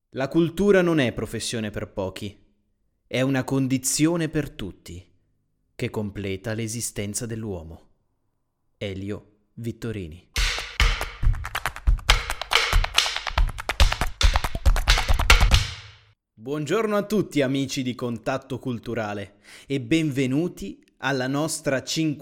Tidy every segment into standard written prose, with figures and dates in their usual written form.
La cultura non è professione per pochi, è una condizione per tutti, che completa l'esistenza dell'uomo. Elio Vittorini. Buongiorno a tutti amici di Contatto Culturale e benvenuti alla nostra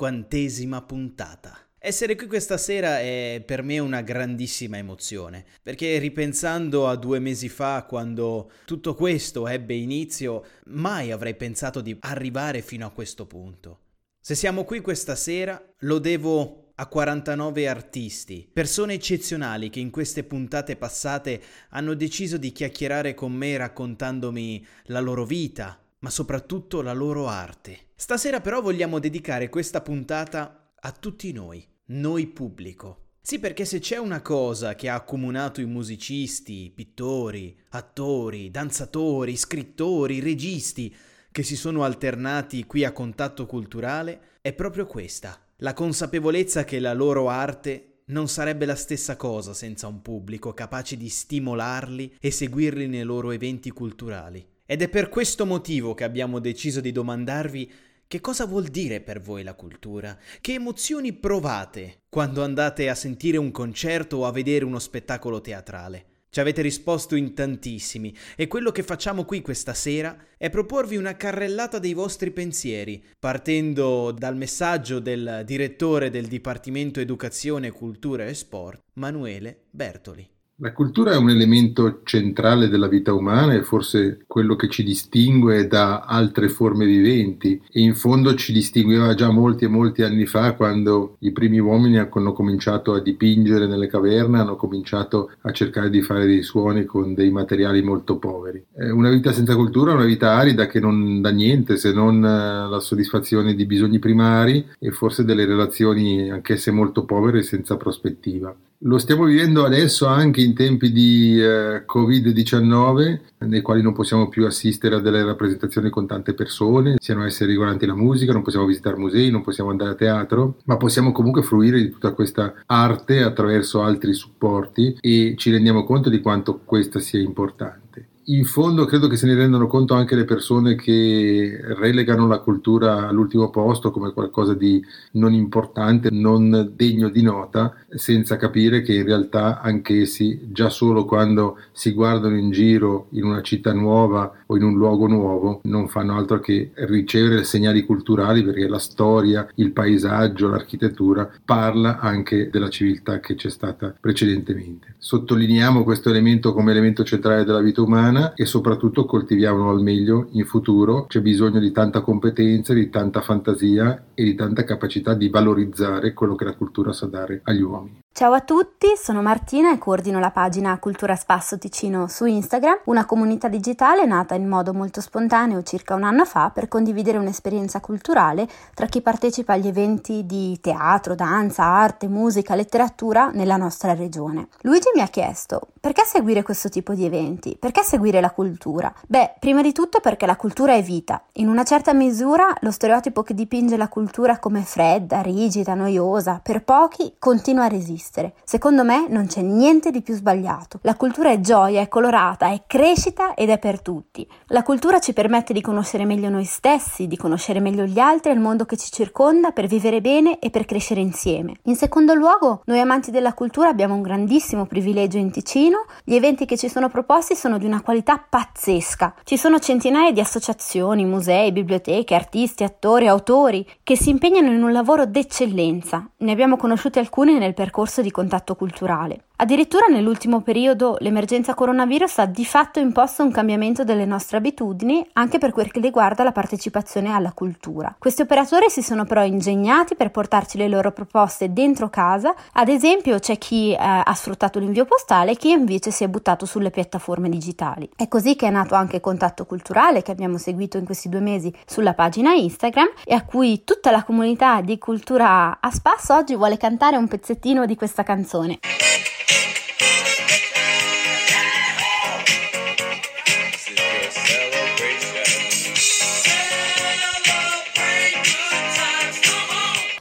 50ª puntata. Essere qui questa sera è per me una grandissima emozione, perché ripensando a 2 mesi fa, quando tutto questo ebbe inizio, mai avrei pensato di arrivare fino a questo punto. Se siamo qui questa sera, lo devo a 49 artisti, persone eccezionali che in queste puntate passate hanno deciso di chiacchierare con me raccontandomi la loro vita, ma soprattutto la loro arte. Stasera però vogliamo dedicare questa puntata a tutti noi pubblico. Sì, perché se c'è una cosa che ha accomunato i musicisti, pittori, attori, danzatori, scrittori, registi che si sono alternati qui a Contatto Culturale, è proprio questa: la consapevolezza che la loro arte non sarebbe la stessa cosa senza un pubblico capace di stimolarli e seguirli nei loro eventi culturali. Ed è per questo motivo che abbiamo deciso di domandarvi: che cosa vuol dire per voi la cultura? Che emozioni provate quando andate a sentire un concerto o a vedere uno spettacolo teatrale? Ci avete risposto in tantissimi e quello che facciamo qui questa sera è proporvi una carrellata dei vostri pensieri, partendo dal messaggio del direttore del Dipartimento Educazione, Cultura e Sport, Manuele Bertoli. La cultura è un elemento centrale della vita umana, è forse quello che ci distingue da altre forme viventi e in fondo ci distingueva già molti e molti anni fa, quando i primi uomini hanno cominciato a dipingere nelle caverne, hanno cominciato a cercare di fare dei suoni con dei materiali molto poveri. Una vita senza cultura è una vita arida che non dà niente se non la soddisfazione di bisogni primari e forse delle relazioni anch'esse molto povere e senza prospettiva. Lo stiamo vivendo adesso anche in tempi di Covid-19, nei quali non possiamo più assistere a delle rappresentazioni con tante persone, siano esse riguardanti la musica, non possiamo visitare musei, non possiamo andare a teatro, ma possiamo comunque fruire di tutta questa arte attraverso altri supporti e ci rendiamo conto di quanto questa sia importante. In fondo credo che se ne rendano conto anche le persone che relegano la cultura all'ultimo posto come qualcosa di non importante, non degno di nota, senza capire che in realtà anch'essi, già solo quando si guardano in giro in una città nuova o in un luogo nuovo, non fanno altro che ricevere segnali culturali, perché la storia, il paesaggio, l'architettura parla anche della civiltà che c'è stata precedentemente. Sottolineiamo questo elemento come elemento centrale della vita umana e soprattutto coltiviamolo al meglio in futuro. C'è bisogno di tanta competenza, di tanta fantasia e di tanta capacità di valorizzare quello che la cultura sa dare agli uomini. Ciao a tutti, sono Martina e coordino la pagina Cultura Spasso Ticino su Instagram, una comunità digitale nata in modo molto spontaneo circa un anno fa per condividere un'esperienza culturale tra chi partecipa agli eventi di teatro, danza, arte, musica, letteratura nella nostra regione. Luigi mi ha chiesto: perché seguire questo tipo di eventi? Perché seguire la cultura? Beh, prima di tutto perché la cultura è vita. In una certa misura lo stereotipo che dipinge la cultura come fredda, rigida, noiosa, per pochi continua a resistere. Secondo me non c'è niente di più sbagliato. La cultura è gioia, è colorata, è crescita ed è per tutti. La cultura ci permette di conoscere meglio noi stessi, di conoscere meglio gli altri e il mondo che ci circonda per vivere bene e per crescere insieme. In secondo luogo, noi amanti della cultura abbiamo un grandissimo privilegio in Ticino. Gli eventi che ci sono proposti sono di una qualità pazzesca. Ci sono centinaia di associazioni, musei, biblioteche, artisti, attori, autori che si impegnano in un lavoro d'eccellenza. Ne abbiamo conosciuti alcuni nel percorso di Contatto Culturale. Addirittura nell'ultimo periodo l'emergenza coronavirus ha di fatto imposto un cambiamento delle nostre abitudini anche per quel che riguarda la partecipazione alla cultura. Questi operatori si sono però ingegnati per portarci le loro proposte dentro casa. Ad esempio c'è chi ha sfruttato l'invio postale e chi invece si è buttato sulle piattaforme digitali. È così che è nato anche Contatto Culturale, che abbiamo seguito in questi 2 mesi sulla pagina Instagram e a cui tutta la comunità di Cultura a Spasso oggi vuole cantare un pezzettino di questa canzone.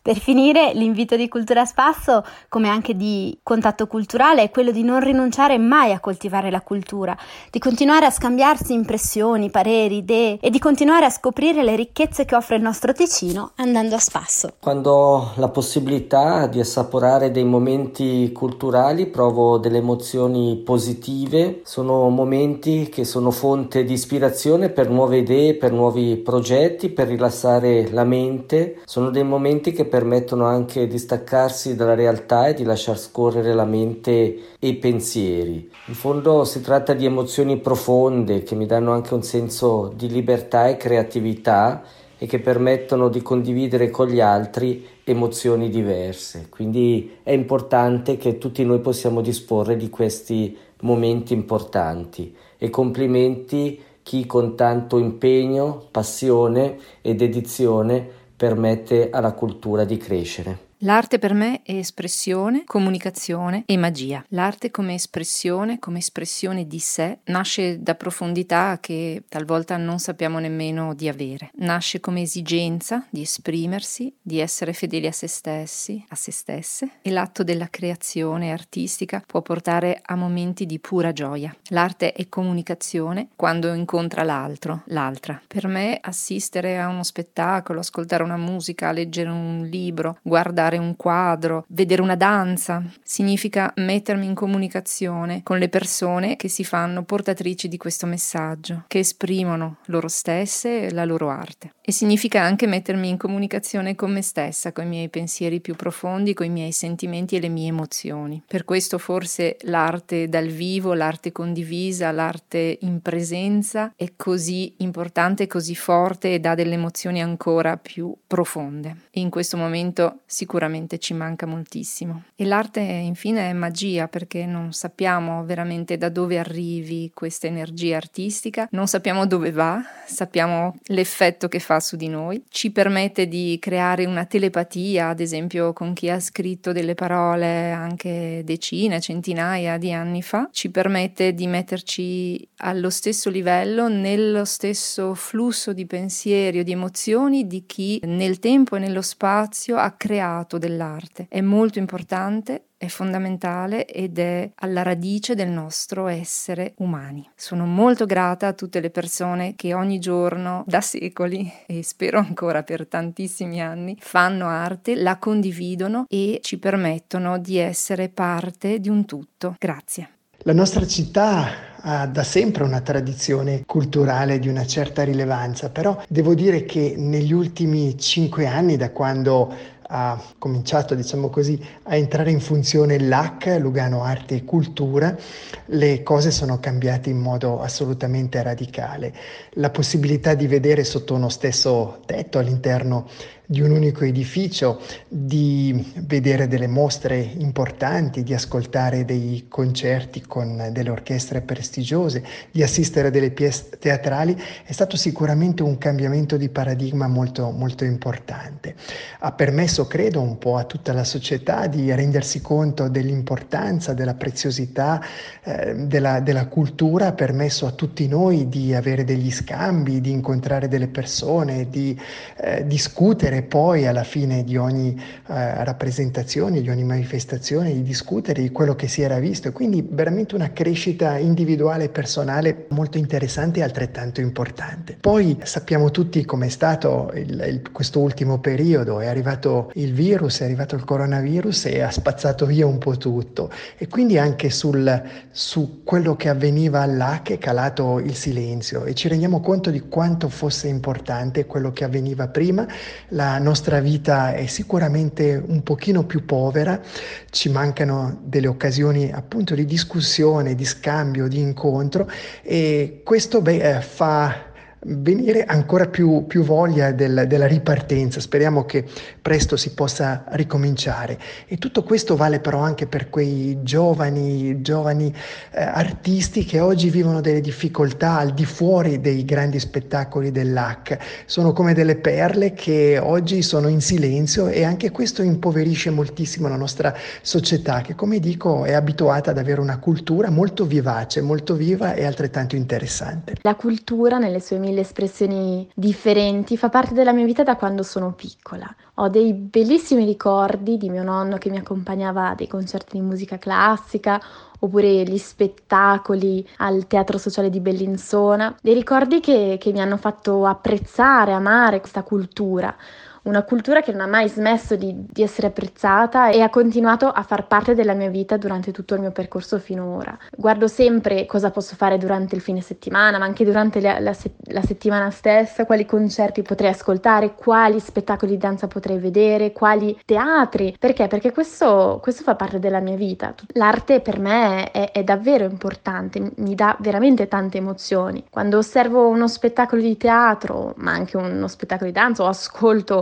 Per finire, l'invito di Cultura Spasso, come anche di Contatto Culturale, è quello di non rinunciare mai a coltivare la cultura, di continuare a scambiarsi impressioni, pareri, idee e di continuare a scoprire le ricchezze che offre il nostro Ticino andando a spasso. Quando ho la possibilità di assaporare dei momenti culturali, provo delle emozioni positive. Sono momenti che sono fonte di ispirazione per nuove idee, per nuovi progetti, per rilassare la mente. Sono dei momenti che permettono anche di staccarsi dalla realtà e di lasciar scorrere la mente e i pensieri. In fondo si tratta di emozioni profonde che mi danno anche un senso di libertà e creatività e che permettono di condividere con gli altri emozioni diverse. Quindi è importante che tutti noi possiamo disporre di questi momenti importanti e complimenti chi con tanto impegno, passione e dedizione permette alla cultura di crescere. L'arte per me è espressione, comunicazione e magia. L'arte come espressione di sé, nasce da profondità che talvolta non sappiamo nemmeno di avere. Nasce come esigenza di esprimersi, di essere fedeli a se stessi, a se stesse, e l'atto della creazione artistica può portare a momenti di pura gioia. L'arte è comunicazione quando incontra l'altro, l'altra. Per me assistere a uno spettacolo, ascoltare una musica, leggere un libro, guardare un quadro, vedere una danza, significa mettermi in comunicazione con le persone che si fanno portatrici di questo messaggio, che esprimono loro stesse e la loro arte. E significa anche mettermi in comunicazione con me stessa, con i miei pensieri più profondi, con i miei sentimenti e le mie emozioni. Per questo forse l'arte dal vivo, l'arte condivisa, l'arte in presenza è così importante, così forte e dà delle emozioni ancora più profonde. E in questo momento sicuramente ci manca moltissimo. E l'arte infine è magia, perché non sappiamo veramente da dove arrivi questa energia artistica, non sappiamo dove va, sappiamo l'effetto che fa su di noi, ci permette di creare una telepatia, ad esempio con chi ha scritto delle parole anche decine, centinaia di anni fa, ci permette di metterci allo stesso livello, nello stesso flusso di pensieri o di emozioni di chi nel tempo e nello spazio ha creato dell'arte. È molto importante, è fondamentale ed è alla radice del nostro essere umani. Sono molto grata a tutte le persone che ogni giorno, da secoli e spero ancora per tantissimi anni, fanno arte, la condividono e ci permettono di essere parte di un tutto. Grazie. La nostra città ha da sempre una tradizione culturale di una certa rilevanza, però devo dire che negli ultimi 5 anni, da quando ha cominciato, diciamo così, a entrare in funzione l'AC, Lugano Arte e Cultura, le cose sono cambiate in modo assolutamente radicale. La possibilità di vedere sotto uno stesso tetto, all'interno di un unico edificio, di vedere delle mostre importanti, di ascoltare dei concerti con delle orchestre prestigiose, di assistere a delle pièce teatrali, è stato sicuramente un cambiamento di paradigma molto, molto importante. Ha permesso, credo, un po' a tutta la società di rendersi conto dell'importanza, della preziosità della cultura, ha permesso a tutti noi di avere degli scambi, di incontrare delle persone, di discutere poi alla fine di ogni rappresentazione, di ogni manifestazione, di discutere di quello che si era visto, e quindi veramente una crescita individuale e personale molto interessante e altrettanto importante. Poi sappiamo tutti com'è stato questo ultimo periodo, è arrivato il virus, è arrivato il coronavirus e ha spazzato via un po' tutto, e quindi anche su quello che avveniva all'AC è calato il silenzio, e ci rendiamo conto di quanto fosse importante quello che avveniva prima. La nostra vita è sicuramente un pochino più povera, ci mancano delle occasioni appunto di discussione, di scambio, di incontro, e questo fa venire ancora più voglia della ripartenza. Speriamo che presto si possa ricominciare, e tutto questo vale però anche per quei giovani artisti che oggi vivono delle difficoltà al di fuori dei grandi spettacoli dell'AC. Sono come delle perle che oggi sono in silenzio, e anche questo impoverisce moltissimo la nostra società, che, come dico, è abituata ad avere una cultura molto vivace, molto viva e altrettanto interessante. La cultura nelle sue mille mille espressioni differenti, fa parte della mia vita da quando sono piccola. Ho dei bellissimi ricordi di mio nonno che mi accompagnava a dei concerti di musica classica, oppure gli spettacoli al Teatro Sociale di Bellinzona, dei ricordi che mi hanno fatto apprezzare, amare questa cultura. Una cultura che non ha mai smesso di essere apprezzata e ha continuato a far parte della mia vita durante tutto il mio percorso finora. Guardo sempre cosa posso fare durante il fine settimana, ma anche durante la settimana stessa, quali concerti potrei ascoltare, quali spettacoli di danza potrei vedere, quali teatri. Perché? Perché questo fa parte della mia vita. L'arte per me è davvero importante, mi dà veramente tante emozioni. Quando osservo uno spettacolo di teatro, ma anche uno spettacolo di danza, o ascolto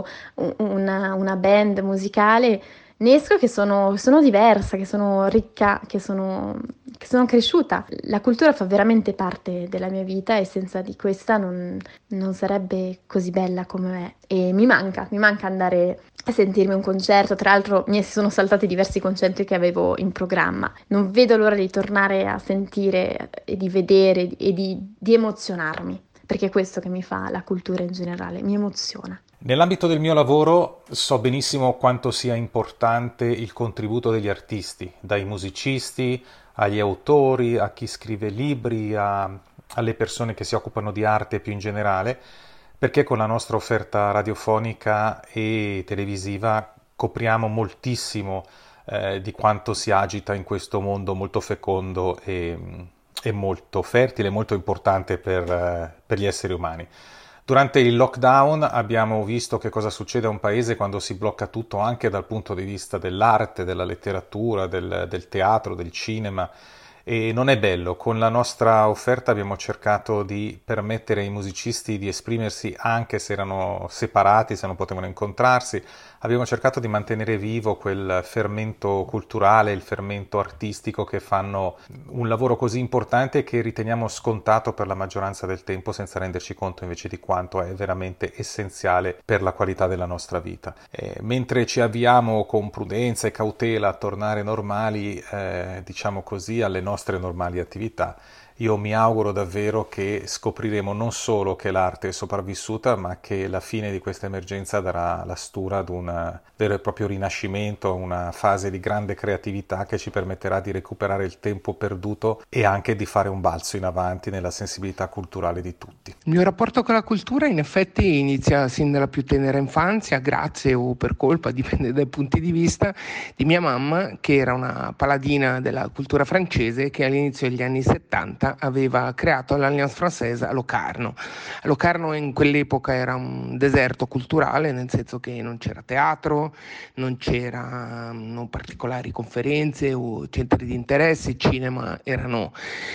una band musicale, ne esco che sono diversa, che sono ricca, che sono cresciuta. La cultura fa veramente parte della mia vita e senza di questa non sarebbe così bella come è. E mi manca andare a sentirmi un concerto. Tra l'altro mi sono saltati diversi concerti che avevo in programma. Non vedo l'ora di tornare a sentire e di vedere e di emozionarmi, perché è questo che mi fa la cultura in generale, mi emoziona. Nell'ambito del mio lavoro so benissimo quanto sia importante il contributo degli artisti, dai musicisti agli autori, a chi scrive libri, alle persone che si occupano di arte più in generale, perché con la nostra offerta radiofonica e televisiva copriamo moltissimo di quanto si agita in questo mondo molto fecondo e molto fertile, molto importante per gli esseri umani. Durante il lockdown abbiamo visto che cosa succede a un paese quando si blocca tutto, anche dal punto di vista dell'arte, della letteratura, del teatro, del cinema, e non è bello. Con la nostra offerta abbiamo cercato di permettere ai musicisti di esprimersi anche se erano separati, se non potevano incontrarsi. Abbiamo cercato di mantenere vivo quel fermento culturale, il fermento artistico che fanno un lavoro così importante che riteniamo scontato per la maggioranza del tempo, senza renderci conto invece di quanto è veramente essenziale per la qualità della nostra vita. Mentre ci avviamo con prudenza e cautela a tornare normali, diciamo così, alle nostre normali attività, io mi auguro davvero che scopriremo non solo che l'arte è sopravvissuta, ma che la fine di questa emergenza darà la stura ad un vero e proprio rinascimento, una fase di grande creatività che ci permetterà di recuperare il tempo perduto e anche di fare un balzo in avanti nella sensibilità culturale di tutti. Il mio rapporto con la cultura in effetti inizia sin dalla più tenera infanzia, grazie o per colpa, dipende dai punti di vista, di mia mamma, che era una paladina della cultura francese, che all'inizio degli anni 70 aveva creato l'Alliance Française a Locarno. Locarno in quell'epoca era un deserto culturale, nel senso che non c'era teatro, non c'erano particolari conferenze o centri di interesse, i cinema erano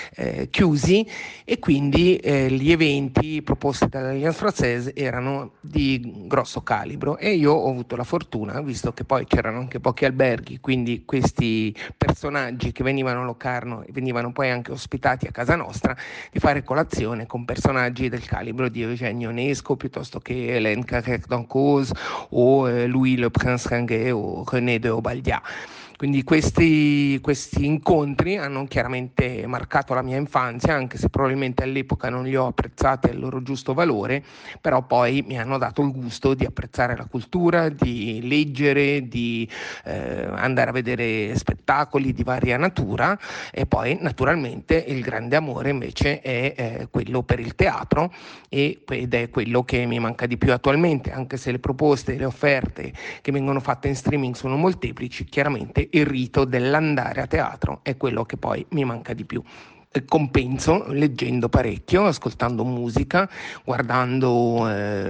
chiusi, e quindi gli eventi proposti dall'Alliance Française erano di grosso calibro, e io ho avuto la fortuna, visto che poi c'erano anche pochi alberghi, quindi questi personaggi che venivano a Locarno e venivano poi anche ospitati a casa nostra, di fare colazione con personaggi del calibro di Eugenio Ionesco, piuttosto che Hélène Carrère d'Ancause o Louis le Prince Ringuet o René de Obadiah. Quindi questi incontri hanno chiaramente marcato la mia infanzia, anche se probabilmente all'epoca non li ho apprezzati al loro giusto valore, però poi mi hanno dato il gusto di apprezzare la cultura, di leggere, di andare a vedere spettacoli di varia natura, e poi naturalmente il grande amore invece è quello per il teatro, ed è quello che mi manca di più attualmente, anche se le proposte e le offerte che vengono fatte in streaming sono molteplici. Chiaramente il rito dell'andare a teatro è quello che poi mi manca di più. Compenso leggendo parecchio, ascoltando musica, guardando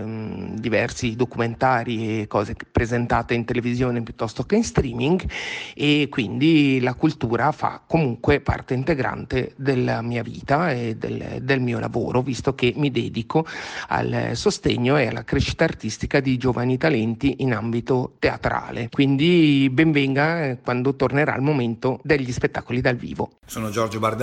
diversi documentari e cose presentate in televisione piuttosto che in streaming, e quindi la cultura fa comunque parte integrante della mia vita e del mio lavoro, visto che mi dedico al sostegno e alla crescita artistica di giovani talenti in ambito teatrale. Quindi ben venga quando tornerà il momento degli spettacoli dal vivo. Sono Giorgio Bardaglio,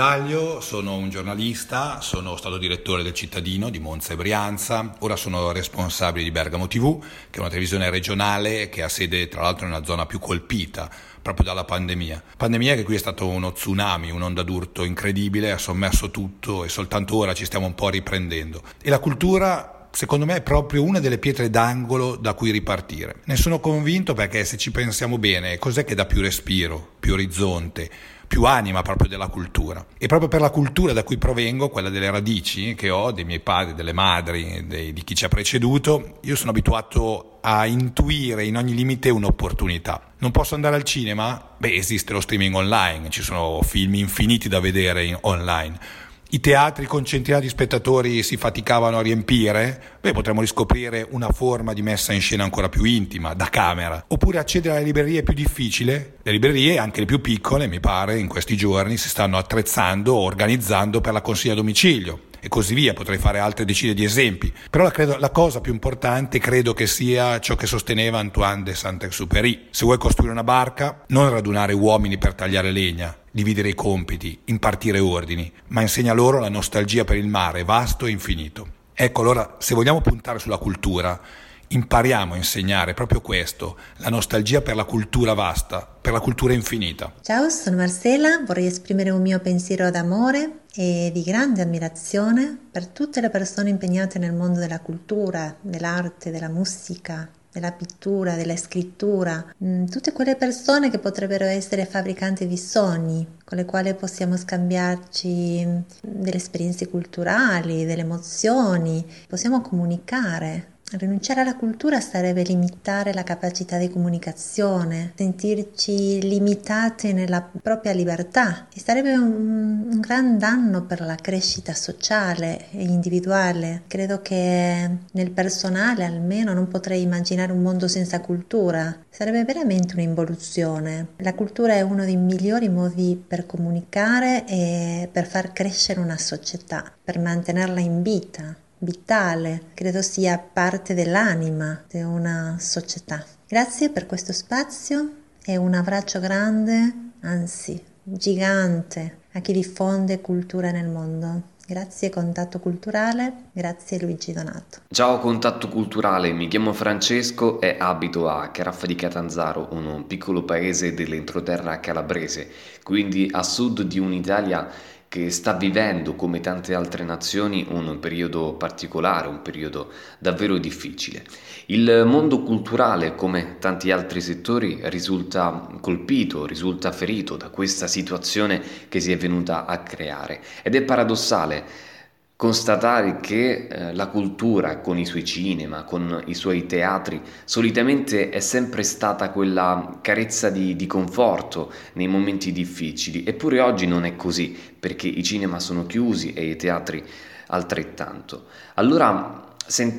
Tommaso, sono un giornalista, sono stato direttore del Cittadino di Monza e Brianza, ora sono responsabile di Bergamo TV, che è una televisione regionale che ha sede tra l'altro nella zona più colpita proprio dalla pandemia. Pandemia che qui è stato uno tsunami, un'onda d'urto incredibile, ha sommerso tutto e soltanto ora ci stiamo un po' riprendendo. E la cultura, secondo me, è proprio una delle pietre d'angolo da cui ripartire. Ne sono convinto perché, se ci pensiamo bene, cos'è che dà più respiro, più orizzonte, più anima proprio della cultura? E proprio per la cultura da cui provengo, quella delle radici che ho, dei miei padri, delle madri, di chi ci ha preceduto, io sono abituato a intuire in ogni limite un'opportunità. Non posso andare al cinema? Beh, esiste lo streaming online, ci sono film infiniti da vedere online. I teatri con centinaia di spettatori si faticavano a riempire? Beh, potremmo riscoprire una forma di messa in scena ancora più intima, da camera. Oppure accedere alle librerie è più difficile? Le librerie, anche le più piccole, mi pare, in questi giorni si stanno attrezzando o organizzando per la consegna a domicilio. E così via, potrei fare altre decine di esempi. Però la cosa più importante credo che sia ciò che sosteneva Antoine de Saint-Exupéry. Se vuoi costruire una barca, non radunare uomini per tagliare legna, dividere i compiti, impartire ordini, ma insegna loro la nostalgia per il mare, vasto e infinito. Ecco, allora, se vogliamo puntare sulla cultura, impariamo a insegnare proprio questo, la nostalgia per la cultura vasta, per la cultura infinita. Ciao, sono Marcela, vorrei esprimere un mio pensiero d'amore e di grande ammirazione per tutte le persone impegnate nel mondo della cultura, dell'arte, della musica, della pittura, della scrittura, tutte quelle persone che potrebbero essere fabbricanti di sogni, con le quali possiamo scambiarci delle esperienze culturali, delle emozioni, possiamo comunicare. Rinunciare alla cultura sarebbe limitare la capacità di comunicazione, sentirci limitate nella propria libertà e sarebbe un gran danno per la crescita sociale e individuale. Credo che nel personale almeno non potrei immaginare un mondo senza cultura. Sarebbe veramente un'involuzione. La cultura è uno dei migliori modi per comunicare e per far crescere una società, per mantenerla in vita. Vitale, credo sia parte dell'anima di una società. Grazie per questo spazio e un abbraccio grande, anzi gigante, a chi diffonde cultura nel mondo. Grazie Contatto Culturale, grazie Luigi Donato. Ciao Contatto Culturale, mi chiamo Francesco e abito a Caraffa di Catanzaro, un piccolo paese dell'entroterra calabrese, quindi a sud di un'Italia che sta vivendo, come tante altre nazioni, un periodo particolare, un periodo davvero difficile. Il mondo culturale, come tanti altri settori, risulta colpito, risulta ferito da questa situazione che si è venuta a creare. Ed è paradossale constatare che la cultura, con i suoi cinema, con i suoi teatri, solitamente è sempre stata quella carezza di conforto nei momenti difficili, eppure oggi non è così, perché i cinema sono chiusi e i teatri altrettanto. Allora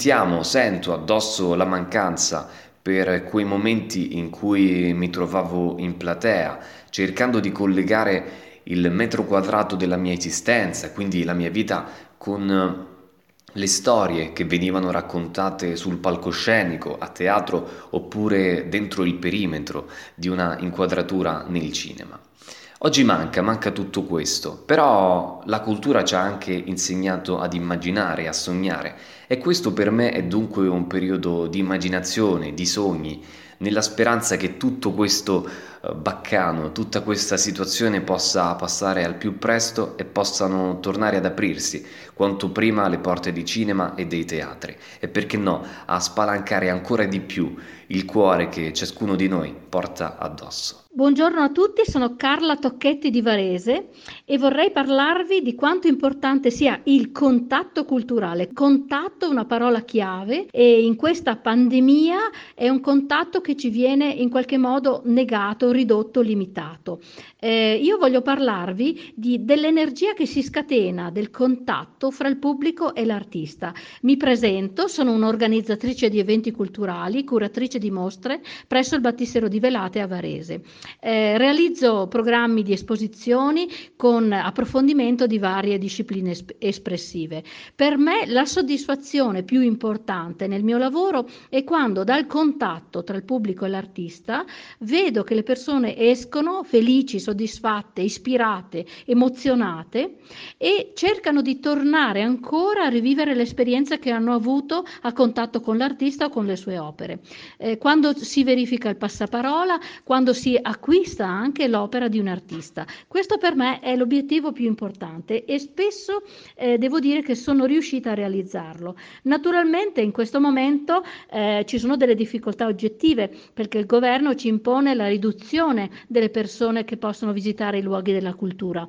sento addosso la mancanza per quei momenti in cui mi trovavo in platea, cercando di collegare il metro quadrato della mia esistenza, quindi la mia vita, con le storie che venivano raccontate sul palcoscenico, a teatro oppure dentro il perimetro di una inquadratura nel cinema. Oggi manca tutto questo, però la cultura ci ha anche insegnato ad immaginare, a sognare, e questo per me è dunque un periodo di immaginazione, di sogni, nella speranza che tutto questo baccano, tutta questa situazione possa passare al più presto e possano tornare ad aprirsi quanto prima le porte di cinema e dei teatri, e perché no, a spalancare ancora di più il cuore che ciascuno di noi porta addosso. Buongiorno a tutti, sono Carla Tocchetti di Varese e vorrei parlarvi di quanto importante sia il contatto culturale. Contatto è una parola chiave e in questa pandemia è un contatto che ci viene in qualche modo negato, ridotto, limitato. Io voglio parlarvi dell'energia che si scatena del contatto fra il pubblico e l'artista. Mi presento, sono un'organizzatrice di eventi culturali, curatrice di mostre presso il Battistero di Velate a Varese. Realizzo programmi di esposizioni con approfondimento di varie discipline espressive. Per me la soddisfazione più importante nel mio lavoro è quando dal contatto tra il pubblico pubblico e l'artista, vedo che le persone escono felici, soddisfatte, ispirate, emozionate e cercano di tornare ancora a rivivere l'esperienza che hanno avuto a contatto con l'artista o con le sue opere. Quando si verifica il passaparola, quando si acquista anche l'opera di un artista. Questo per me è l'obiettivo più importante e spesso devo dire che sono riuscita a realizzarlo. Naturalmente in questo momento ci sono delle difficoltà oggettive perché il governo ci impone la riduzione delle persone che possono visitare i luoghi della cultura.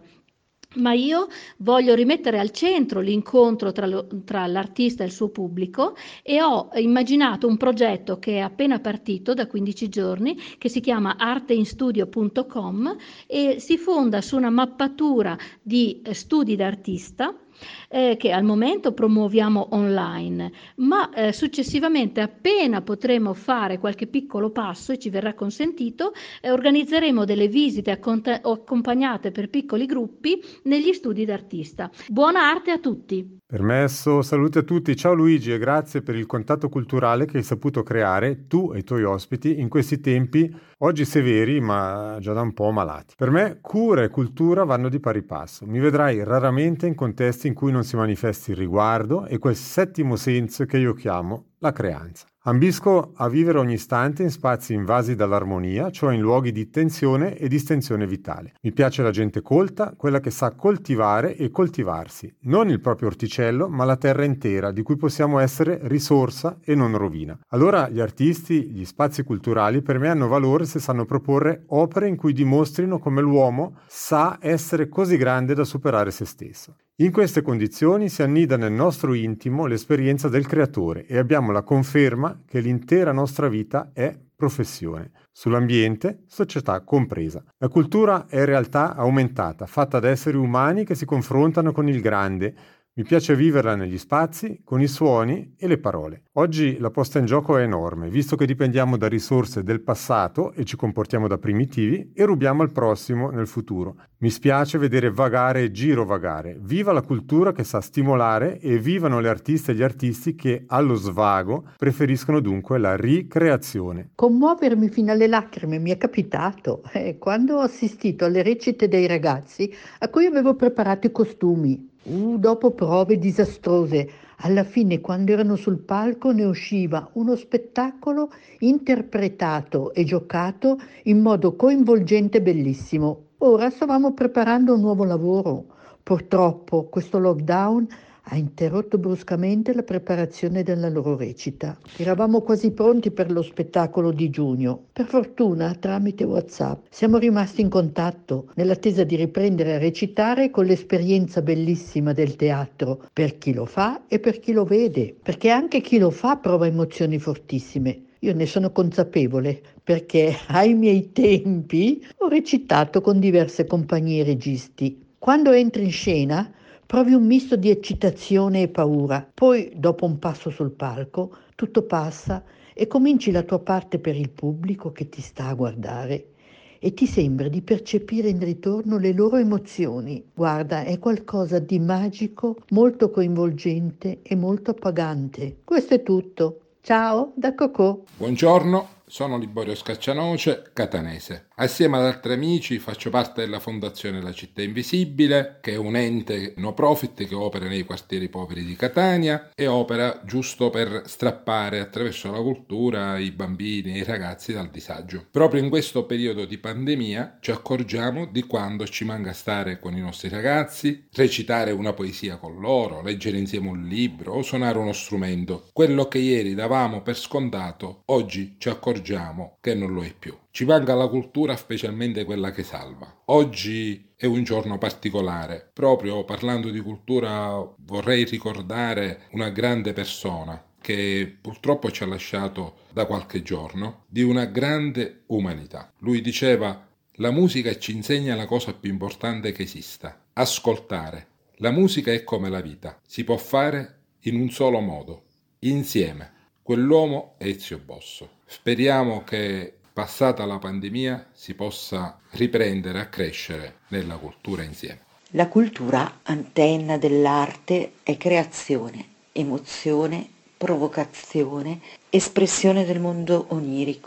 Ma io voglio rimettere al centro l'incontro tra l'artista e il suo pubblico e ho immaginato un progetto che è appena partito da 15 giorni, che si chiama arteinstudio.com e si fonda su una mappatura di studi d'artista che al momento promuoviamo online, ma successivamente, appena potremo fare qualche piccolo passo e ci verrà consentito, organizzeremo delle visite accompagnate per piccoli gruppi negli studi d'artista. Buona arte a tutti! Permesso, saluti a tutti, ciao Luigi e grazie per il contatto culturale che hai saputo creare tu e i tuoi ospiti in questi tempi oggi severi ma già da un po' malati. Per me cura e cultura vanno di pari passo, mi vedrai raramente in contesti in cui non si manifesti il riguardo e quel settimo senso che io chiamo la creanza. Ambisco a vivere ogni istante in spazi invasi dall'armonia, cioè in luoghi di tensione e distensione vitale. Mi piace la gente colta, quella che sa coltivare e coltivarsi, non il proprio orticello, ma la terra intera, di cui possiamo essere risorsa e non rovina. Allora gli artisti, gli spazi culturali per me hanno valore se sanno proporre opere in cui dimostrino come l'uomo sa essere così grande da superare se stesso. In queste condizioni si annida nel nostro intimo l'esperienza del creatore e abbiamo la conferma che l'intera nostra vita è professione, sull'ambiente, società compresa. La cultura è realtà aumentata, fatta da esseri umani che si confrontano con il grande. Mi piace viverla negli spazi, con i suoni e le parole. Oggi la posta in gioco è enorme, visto che dipendiamo da risorse del passato e ci comportiamo da primitivi e rubiamo al prossimo nel futuro. Mi spiace vedere vagare e girovagare. Viva la cultura che sa stimolare e vivano le artiste e gli artisti che, allo svago, preferiscono dunque la ricreazione. Commuovermi fino alle lacrime mi è capitato quando ho assistito alle recite dei ragazzi a cui avevo preparato i costumi. Dopo prove disastrose, alla fine quando erano sul palco ne usciva uno spettacolo interpretato e giocato in modo coinvolgente e bellissimo. Ora stavamo preparando un nuovo lavoro. Purtroppo questo lockdown ha interrotto bruscamente la preparazione della loro recita. Eravamo quasi pronti per lo spettacolo di giugno. Per fortuna, tramite WhatsApp, siamo rimasti in contatto nell'attesa di riprendere a recitare con l'esperienza bellissima del teatro per chi lo fa e per chi lo vede, perché anche chi lo fa prova emozioni fortissime. Io ne sono consapevole perché ai miei tempi ho recitato con diverse compagnie e registi. Quando entri in scena provi un misto di eccitazione e paura, poi dopo un passo sul palco tutto passa e cominci la tua parte per il pubblico che ti sta a guardare e ti sembra di percepire in ritorno le loro emozioni. Guarda, è qualcosa di magico, molto coinvolgente e molto appagante. Questo è tutto. Ciao da Cocò. Buongiorno, sono Liborio Scaccianoce, catanese. Assieme ad altri amici faccio parte della Fondazione La Città Invisibile, che è un ente no profit che opera nei quartieri poveri di Catania e opera giusto per strappare attraverso la cultura i bambini e i ragazzi dal disagio. Proprio in questo periodo di pandemia ci accorgiamo di quando ci manca stare con i nostri ragazzi, recitare una poesia con loro, leggere insieme un libro o suonare uno strumento. Quello che ieri davamo per scontato, oggi ci accorgiamo che non lo è più. Ci manca la cultura, specialmente quella che salva. Oggi è un giorno particolare. Proprio parlando di cultura vorrei ricordare una grande persona che purtroppo ci ha lasciato da qualche giorno, di una grande umanità. Lui diceva: la musica ci insegna la cosa più importante che esista, ascoltare. La musica è come la vita, si può fare in un solo modo, insieme. Quell'uomo è Ezio Bosso. Speriamo che passata la pandemia si possa riprendere a crescere nella cultura insieme. La cultura, antenna dell'arte, è creazione, emozione, provocazione, espressione del mondo onirico.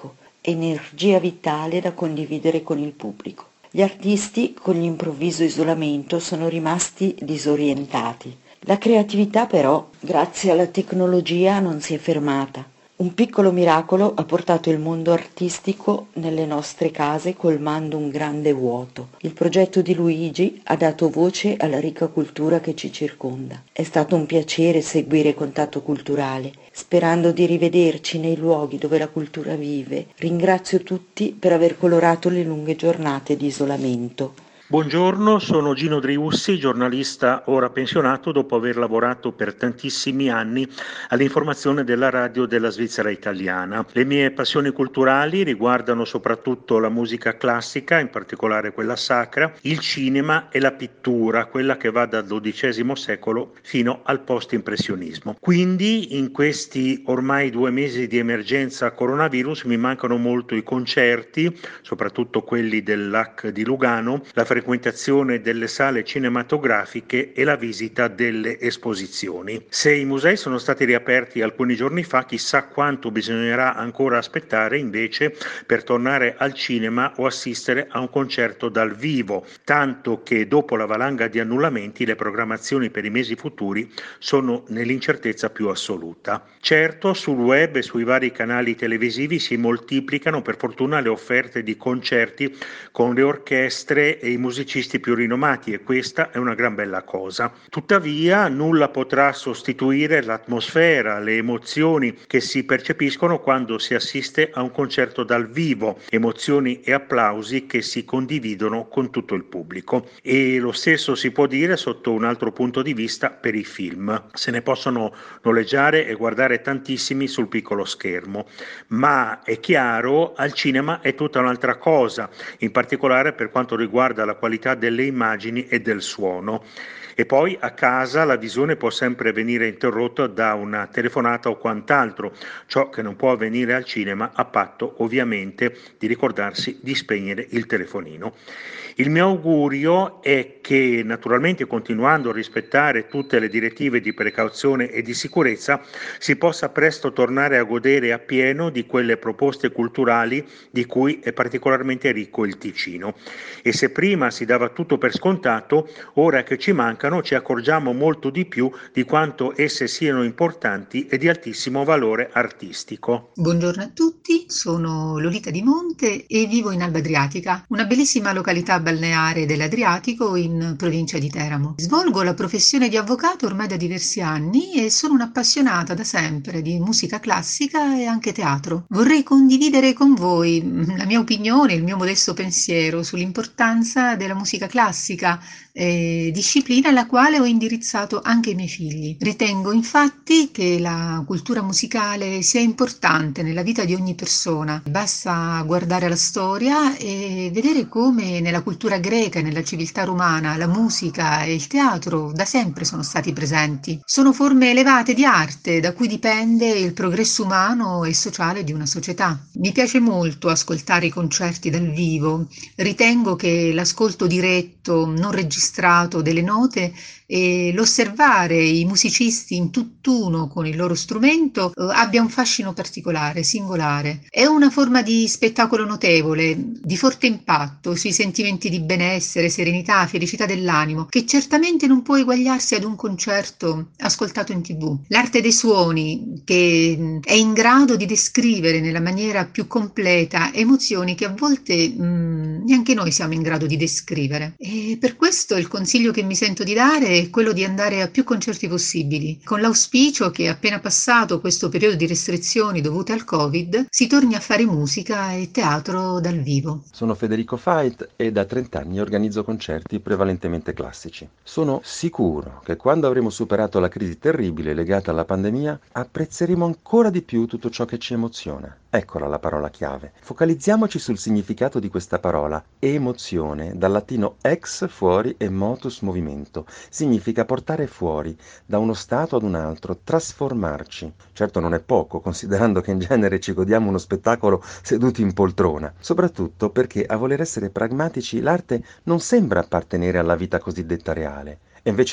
energia vitale da condividere con il pubblico. Gli artisti, con l'improvviso isolamento, sono rimasti disorientati. La creatività però, grazie alla tecnologia, non si è fermata. Un piccolo miracolo ha portato il mondo artistico nelle nostre case colmando un grande vuoto. Il progetto di Luigi ha dato voce alla ricca cultura che ci circonda. È stato un piacere seguire Contatto Culturale, sperando di rivederci nei luoghi dove la cultura vive. Ringrazio tutti per aver colorato le lunghe giornate di isolamento. Buongiorno, sono Gino Driussi, giornalista ora pensionato dopo aver lavorato per tantissimi anni all'informazione della radio della Svizzera italiana. Le mie passioni culturali riguardano soprattutto la musica classica, in particolare quella sacra, il cinema e la pittura, quella che va dal XII secolo fino al post-impressionismo. Quindi in questi ormai 2 mesi di emergenza coronavirus mi mancano molto i concerti, soprattutto quelli dell'AC di Lugano, la frequentazione delle sale cinematografiche e la visita delle esposizioni. Se i musei sono stati riaperti alcuni giorni fa, chissà quanto bisognerà ancora aspettare invece per tornare al cinema o assistere a un concerto dal vivo, tanto che dopo la valanga di annullamenti le programmazioni per i mesi futuri sono nell'incertezza più assoluta. Certo, sul web e sui vari canali televisivi si moltiplicano per fortuna le offerte di concerti con le orchestre e i musicisti più rinomati e questa è una gran bella cosa. Tuttavia nulla potrà sostituire l'atmosfera, le emozioni che si percepiscono quando si assiste a un concerto dal vivo, emozioni e applausi che si condividono con tutto il pubblico. E lo stesso si può dire sotto un altro punto di vista per i film. Se ne possono noleggiare e guardare tantissimi sul piccolo schermo, ma è chiaro, al cinema è tutta un'altra cosa, in particolare per quanto riguarda la qualità delle immagini e del suono. E poi a casa la visione può sempre venire interrotta da una telefonata o quant'altro, ciò che non può avvenire al cinema a patto ovviamente di ricordarsi di spegnere il telefonino. Il mio augurio è che, naturalmente continuando a rispettare tutte le direttive di precauzione e di sicurezza, si possa presto tornare a godere appieno di quelle proposte culturali di cui è particolarmente ricco il Ticino. E se prima si dava tutto per scontato, ora che ci mancano ci accorgiamo molto di più di quanto esse siano importanti e di altissimo valore artistico. Buongiorno a tutti, sono Lolita Di Monte e vivo in Alba Adriatica, una bellissima località balneare dell'Adriatico in provincia di Teramo. Svolgo la professione di avvocato ormai da diversi anni e sono un'appassionata da sempre di musica classica e anche teatro. Vorrei condividere con voi la mia opinione, il mio modesto pensiero sull'importanza della musica classica, disciplina alla quale ho indirizzato anche i miei figli. Ritengo infatti che la cultura musicale sia importante nella vita di ogni persona. Basta guardare alla storia e vedere come nella cultura greca e nella civiltà romana la musica e il teatro da sempre sono stati presenti. Sono forme elevate di arte da cui dipende il progresso umano e sociale di una società. Mi piace molto ascoltare i concerti dal vivo. Ritengo che l'ascolto diretto, non registrato delle note e l'osservare i musicisti in tutt'uno con il loro strumento abbia un fascino particolare, singolare. È una forma di spettacolo notevole, di forte impatto sui sentimenti di benessere, serenità, felicità dell'animo, che certamente non può eguagliarsi ad un concerto ascoltato in TV. L'arte dei suoni, che è in grado di descrivere nella maniera più completa emozioni che a volte neanche noi siamo in grado di descrivere. E per questo il consiglio che mi sento di dare è quello di andare a più concerti possibili, con l'auspicio che appena passato questo periodo di restrizioni dovute al Covid si torni a fare musica e teatro dal vivo. Sono Federico Fait e da 30 anni organizzo concerti prevalentemente classici. Sono sicuro che quando avremo superato la crisi terribile legata alla pandemia apprezzeremo ancora di più tutto ciò che ci emoziona. Eccola la parola chiave. Focalizziamoci sul significato di questa parola. Emozione, dal latino ex, fuori, e motus, movimento. Significa portare fuori da uno stato ad un altro, trasformarci. Certo non è poco, considerando che in genere ci godiamo uno spettacolo seduti in poltrona. Soprattutto perché, a voler essere pragmatici, l'arte non sembra appartenere alla vita cosiddetta reale. E invece sì,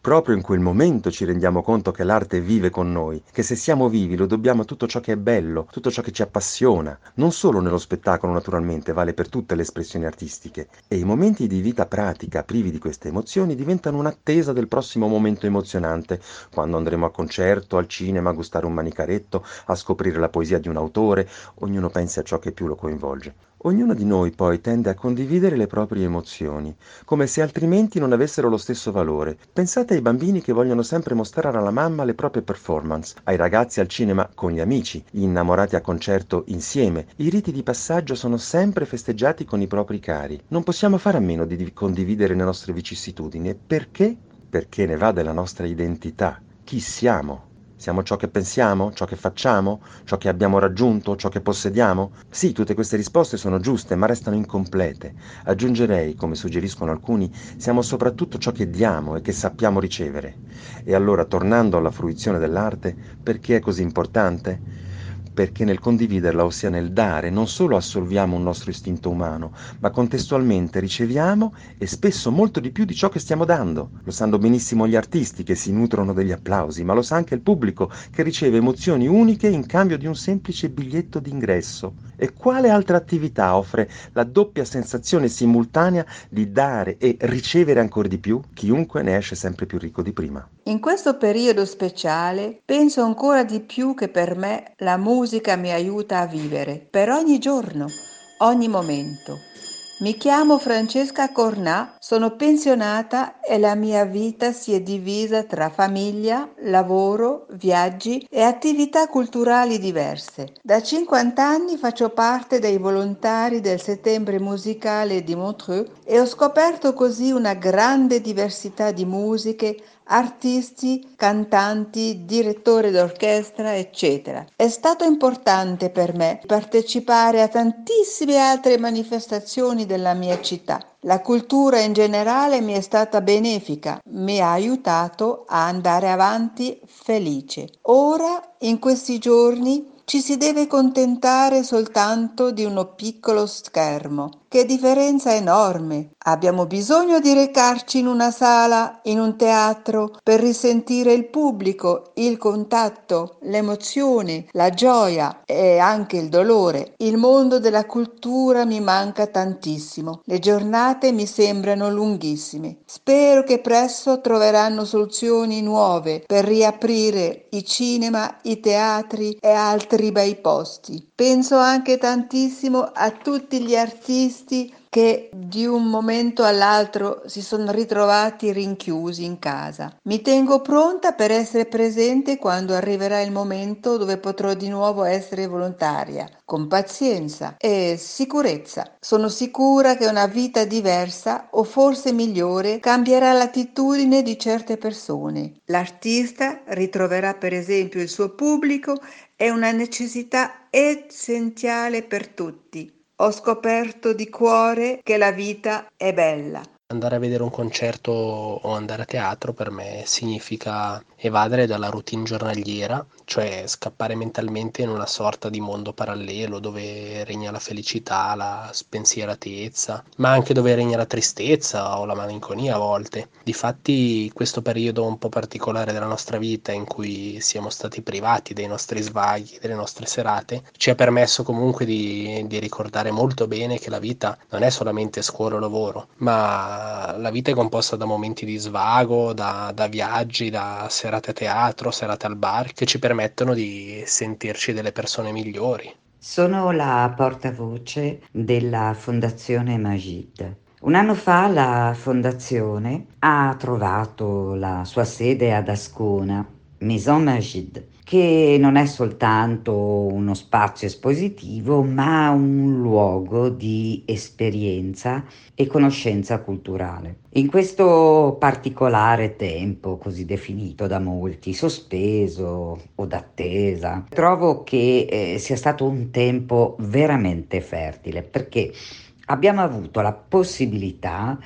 Proprio in quel momento ci rendiamo conto che l'arte vive con noi, che se siamo vivi lo dobbiamo a tutto ciò che è bello, tutto ciò che ci appassiona. Non solo nello spettacolo, naturalmente, vale per tutte le espressioni artistiche. E i momenti di vita pratica privi di queste emozioni diventano un'attesa del prossimo momento emozionante, quando andremo a concerto, al cinema, a gustare un manicaretto, a scoprire la poesia di un autore, ognuno pensi a ciò che più lo coinvolge. Ognuno di noi poi tende a condividere le proprie emozioni, come se altrimenti non avessero lo stesso valore. Pensate ai bambini che vogliono sempre mostrare alla mamma le proprie performance, ai ragazzi al cinema con gli amici, gli innamorati a concerto insieme. I riti di passaggio sono sempre festeggiati con i propri cari. Non possiamo fare a meno di condividere le nostre vicissitudini. Perché? Perché ne va della nostra identità. Chi siamo? Siamo ciò che pensiamo, ciò che facciamo, ciò che abbiamo raggiunto, ciò che possediamo? Sì, tutte queste risposte sono giuste, ma restano incomplete. Aggiungerei, come suggeriscono alcuni, siamo soprattutto ciò che diamo e che sappiamo ricevere. E allora, tornando alla fruizione dell'arte, perché è così importante? Perché nel condividerla, ossia nel dare, non solo assolviamo un nostro istinto umano, ma contestualmente riceviamo e spesso molto di più di ciò che stiamo dando. Lo sanno benissimo gli artisti che si nutrono degli applausi, ma lo sa anche il pubblico che riceve emozioni uniche in cambio di un semplice biglietto d'ingresso. E quale altra attività offre la doppia sensazione simultanea di dare e ricevere ancora di più? Chiunque ne esce sempre più ricco di prima. In questo periodo speciale penso ancora di più che per me la musica mi aiuta a vivere, per ogni giorno, ogni momento. Mi chiamo Francesca Cornà, sono pensionata e la mia vita si è divisa tra famiglia, lavoro, viaggi e attività culturali diverse. Da 50 anni faccio parte dei volontari del Settembre Musicale di Montreux e ho scoperto così una grande diversità di musiche, artisti, cantanti, direttori d'orchestra, eccetera. È stato importante per me partecipare a tantissime altre manifestazioni della mia città. La cultura in generale mi è stata benefica, mi ha aiutato a andare avanti felice. Ora, in questi giorni, ci si deve contentare soltanto di uno piccolo schermo. Che differenza enorme! Abbiamo bisogno di recarci in una sala, in un teatro, per risentire il pubblico, il contatto, l'emozione, la gioia e anche il dolore. Il mondo della cultura mi manca tantissimo. Le giornate mi sembrano lunghissime. Spero che presto troveranno soluzioni nuove per riaprire i cinema, i teatri e altri bei posti. Penso anche tantissimo a tutti gli artisti che di un momento all'altro si sono ritrovati rinchiusi in casa. Mi tengo pronta per essere presente quando arriverà il momento dove potrò di nuovo essere volontaria, con pazienza e sicurezza. Sono sicura che una vita diversa, o forse migliore, cambierà l'attitudine di certe persone. L'artista ritroverà per esempio il suo pubblico, è una necessità essenziale per tutti. Ho scoperto di cuore che la vita è bella. Andare a vedere un concerto o andare a teatro per me significa evadere dalla routine giornaliera, cioè scappare mentalmente in una sorta di mondo parallelo dove regna la felicità, la spensieratezza, ma anche dove regna la tristezza o la malinconia a volte. Difatti questo periodo un po' particolare della nostra vita in cui siamo stati privati dei nostri svaghi, delle nostre serate, ci ha permesso comunque di ricordare molto bene che la vita non è solamente scuola o lavoro, ma la vita è composta da momenti di svago, da viaggi, da serate a teatro, serate al bar, che ci permettono di sentirci delle persone migliori. Sono la portavoce della Fondazione Majid. Un anno fa la Fondazione ha trovato la sua sede ad Ascona, Maison Majid, che non è soltanto uno spazio espositivo, ma un luogo di esperienza e conoscenza culturale. In questo particolare tempo, così definito da molti, sospeso o d'attesa, trovo che sia stato un tempo veramente fertile, perché abbiamo avuto la possibilità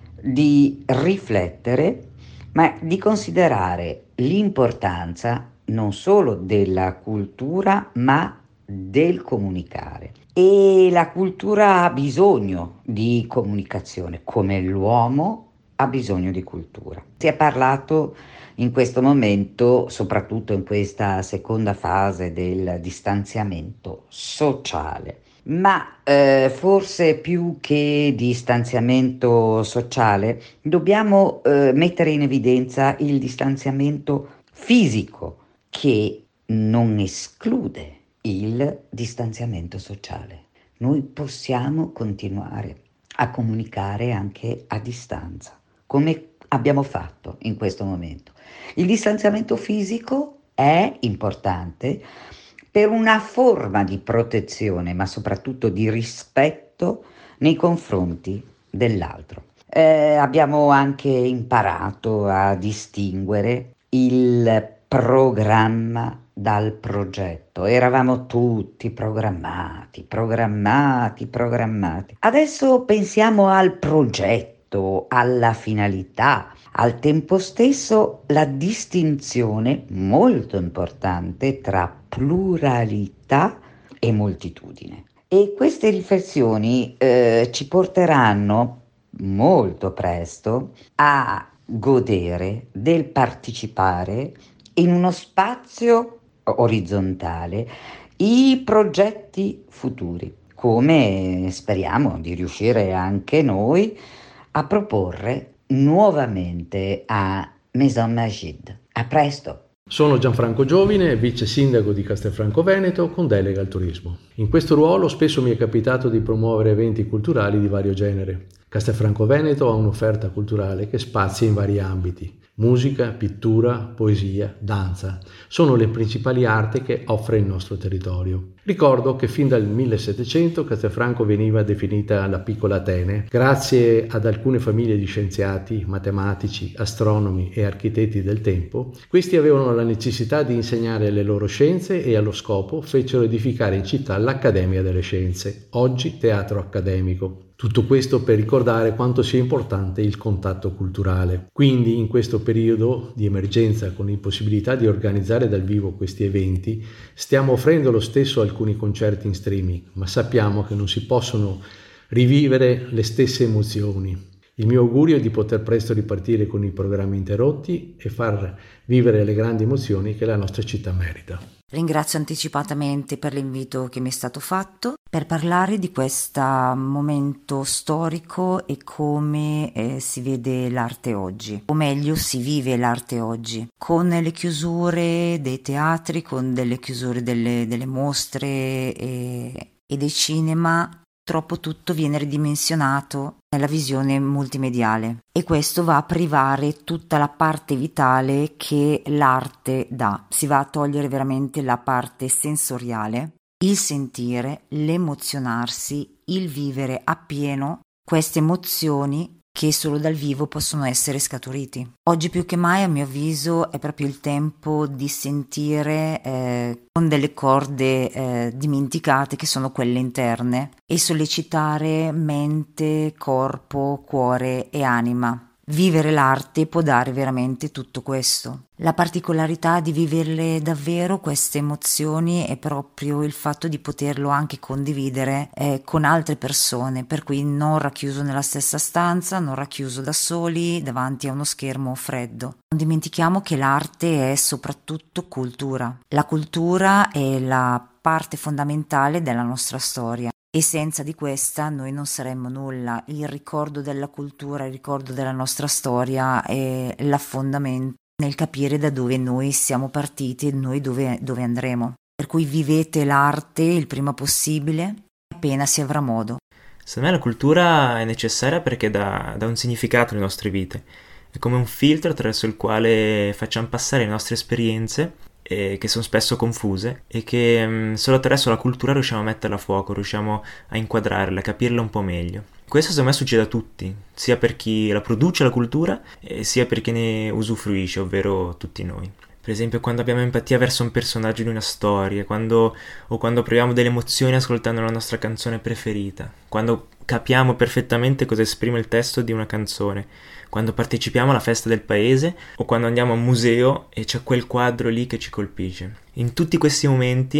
di riflettere, ma di considerare l'importanza non solo della cultura, ma del comunicare. E la cultura ha bisogno di comunicazione, come l'uomo ha bisogno di cultura. Si è parlato in questo momento, soprattutto in questa seconda fase del distanziamento sociale, ma forse più che distanziamento sociale dobbiamo mettere in evidenza il distanziamento fisico, che non esclude il distanziamento sociale. Noi possiamo continuare a comunicare anche a distanza, come abbiamo fatto in questo momento. Il distanziamento fisico è importante per una forma di protezione, ma soprattutto di rispetto nei confronti dell'altro. Abbiamo anche imparato a distinguere il programma dal progetto. Eravamo tutti programmati. Adesso pensiamo al progetto, alla finalità. Al tempo stesso la distinzione molto importante tra pluralità e moltitudine. E queste riflessioni ci porteranno molto presto a godere del partecipare in uno spazio orizzontale i progetti futuri, come speriamo di riuscire anche noi a proporre nuovamente a Maison Magid. A presto! Sono Gianfranco Giovine, vice sindaco di Castelfranco Veneto con delega al turismo. In questo ruolo spesso mi è capitato di promuovere eventi culturali di vario genere. Castelfranco Veneto ha un'offerta culturale che spazia in vari ambiti. Musica, pittura, poesia, danza sono le principali arti che offre il nostro territorio. Ricordo che fin dal 1700 Castelfranco veniva definita la piccola Atene, grazie ad alcune famiglie di scienziati, matematici, astronomi e architetti del tempo. Questi avevano la necessità di insegnare le loro scienze e allo scopo fecero edificare in città l'Accademia delle Scienze, oggi teatro accademico. Tutto questo per ricordare quanto sia importante il contatto culturale. Quindi in questo periodo di emergenza, con l'impossibilità di organizzare dal vivo questi eventi, stiamo offrendo lo stesso alcuni concerti in streaming, ma sappiamo che non si possono rivivere le stesse emozioni. Il mio augurio è di poter presto ripartire con i programmi interrotti e far vivere le grandi emozioni che la nostra città merita. Ringrazio anticipatamente per l'invito che mi è stato fatto per parlare di questo momento storico e come si vede l'arte oggi, o meglio si vive l'arte oggi, con le chiusure dei teatri, con delle chiusure delle mostre e dei cinema. Troppo tutto viene ridimensionato nella visione multimediale e questo va a privare tutta la parte vitale che l'arte dà. Si va a togliere veramente la parte sensoriale, il sentire, l'emozionarsi, il vivere appieno queste emozioni che solo dal vivo possono essere scaturiti. Oggi più che mai, a mio avviso, è proprio il tempo di sentire con delle corde dimenticate, che sono quelle interne, e sollecitare mente, corpo, cuore e anima. Vivere l'arte può dare veramente tutto questo. La particolarità di viverle davvero queste emozioni è proprio il fatto di poterlo anche condividere con altre persone, per cui non racchiuso nella stessa stanza, non racchiuso da soli davanti a uno schermo freddo. Non dimentichiamo che l'arte è soprattutto cultura. La cultura è la parte fondamentale della nostra storia. E senza di questa noi non saremmo nulla. Il ricordo della cultura, il ricordo della nostra storia è l'affondamento nel capire da dove noi siamo partiti e noi dove andremo. Per cui vivete l'arte il prima possibile, appena si avrà modo. Secondo me la cultura è necessaria perché dà un significato alle nostre vite. È come un filtro attraverso il quale facciamo passare le nostre esperienze che sono spesso confuse e che solo attraverso la cultura riusciamo a metterla a fuoco, riusciamo a inquadrarla, a capirla un po' meglio. Questo secondo me succede a tutti, sia per chi la produce la cultura, sia per chi ne usufruisce, ovvero tutti noi. Per esempio quando abbiamo empatia verso un personaggio di una storia, quando proviamo delle emozioni ascoltando la nostra canzone preferita, quando capiamo perfettamente cosa esprime il testo di una canzone, quando partecipiamo alla festa del paese o quando andiamo a un museo e c'è quel quadro lì che ci colpisce. In tutti questi momenti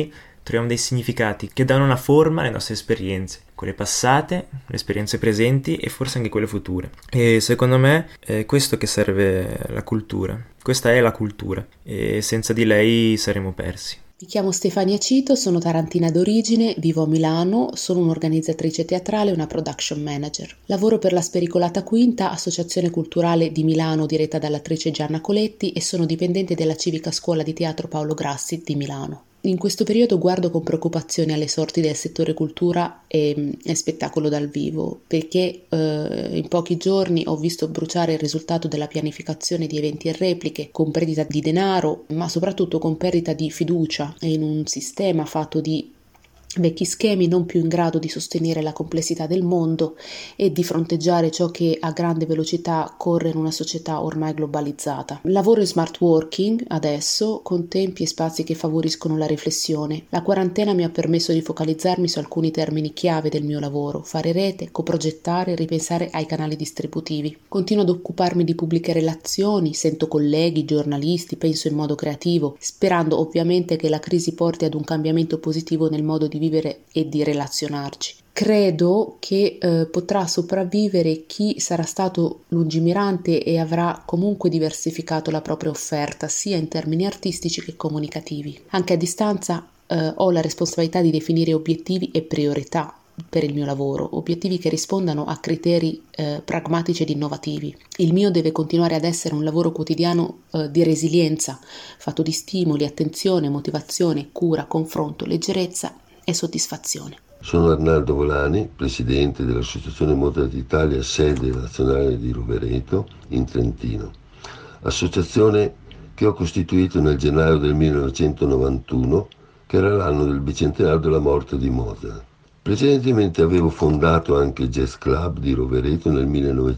troviamo dei significati che danno una forma alle nostre esperienze, quelle passate, le esperienze presenti e forse anche quelle future. E secondo me è questo che serve la cultura. Questa è la cultura e senza di lei saremo persi. Mi chiamo Stefania Cito, sono tarantina d'origine, vivo a Milano, sono un'organizzatrice teatrale e una production manager. Lavoro per la Spericolata Quinta, associazione culturale di Milano diretta dall'attrice Gianna Coletti, e sono dipendente della Civica Scuola di Teatro Paolo Grassi di Milano. In questo periodo guardo con preoccupazione alle sorti del settore cultura e spettacolo dal vivo, perché in pochi giorni ho visto bruciare il risultato della pianificazione di eventi e repliche, con perdita di denaro, ma soprattutto con perdita di fiducia in un sistema fatto di vecchi schemi non più in grado di sostenere la complessità del mondo e di fronteggiare ciò che a grande velocità corre in una società ormai globalizzata. Lavoro in smart working adesso, con tempi e spazi che favoriscono la riflessione. La quarantena mi ha permesso di focalizzarmi su alcuni termini chiave del mio lavoro: fare rete, coprogettare, ripensare ai canali distributivi. Continuo ad occuparmi di pubbliche relazioni, sento colleghi, giornalisti, penso in modo creativo, sperando ovviamente che la crisi porti ad un cambiamento positivo nel modo di vivere e di relazionarci. Credo che potrà sopravvivere chi sarà stato lungimirante e avrà comunque diversificato la propria offerta, sia in termini artistici che comunicativi. Anche a distanza ho la responsabilità di definire obiettivi e priorità per il mio lavoro, obiettivi che rispondano a criteri pragmatici ed innovativi. Il mio deve continuare ad essere un lavoro quotidiano di resilienza, fatto di stimoli, attenzione, motivazione, cura, confronto, leggerezza e soddisfazione. Sono Arnaldo Volani, presidente dell'Associazione Moda d'Italia, sede nazionale di Rovereto, in Trentino. Associazione che ho costituito nel gennaio del 1991, che era l'anno del bicentenario della morte di Mozart. Precedentemente avevo fondato anche il Jazz Club di Rovereto nel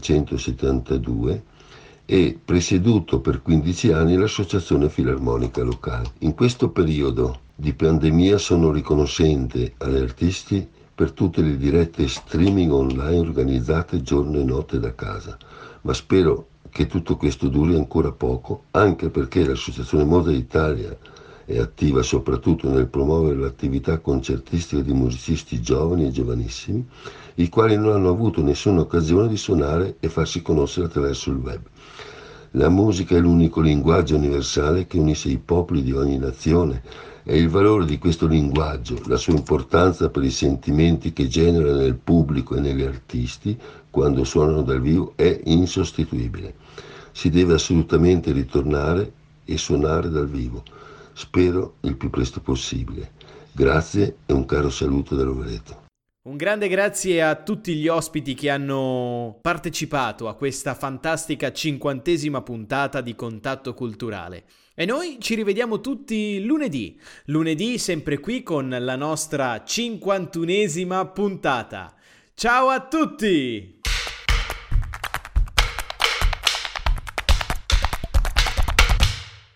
1972 e presieduto per 15 anni l'Associazione Filarmonica Locale. In questo periodo di pandemia sono riconoscente agli artisti per tutte le dirette streaming online organizzate giorno e notte da casa, ma spero che tutto questo duri ancora poco, anche perché l'Associazione Moda d'Italia è attiva soprattutto nel promuovere l'attività concertistica di musicisti giovani e giovanissimi, i quali non hanno avuto nessuna occasione di suonare e farsi conoscere attraverso il web. La musica è l'unico linguaggio universale che unisce i popoli di ogni nazione e il valore di questo linguaggio, la sua importanza per i sentimenti che genera nel pubblico e negli artisti quando suonano dal vivo è insostituibile. Si deve assolutamente ritornare e suonare dal vivo. Spero il più presto possibile. Grazie e un caro saluto da Rovereto. Un grande grazie a tutti gli ospiti che hanno partecipato a questa fantastica 50ª puntata di Contatto Culturale. E noi ci rivediamo tutti lunedì sempre qui con la nostra 51ª puntata. Ciao a tutti!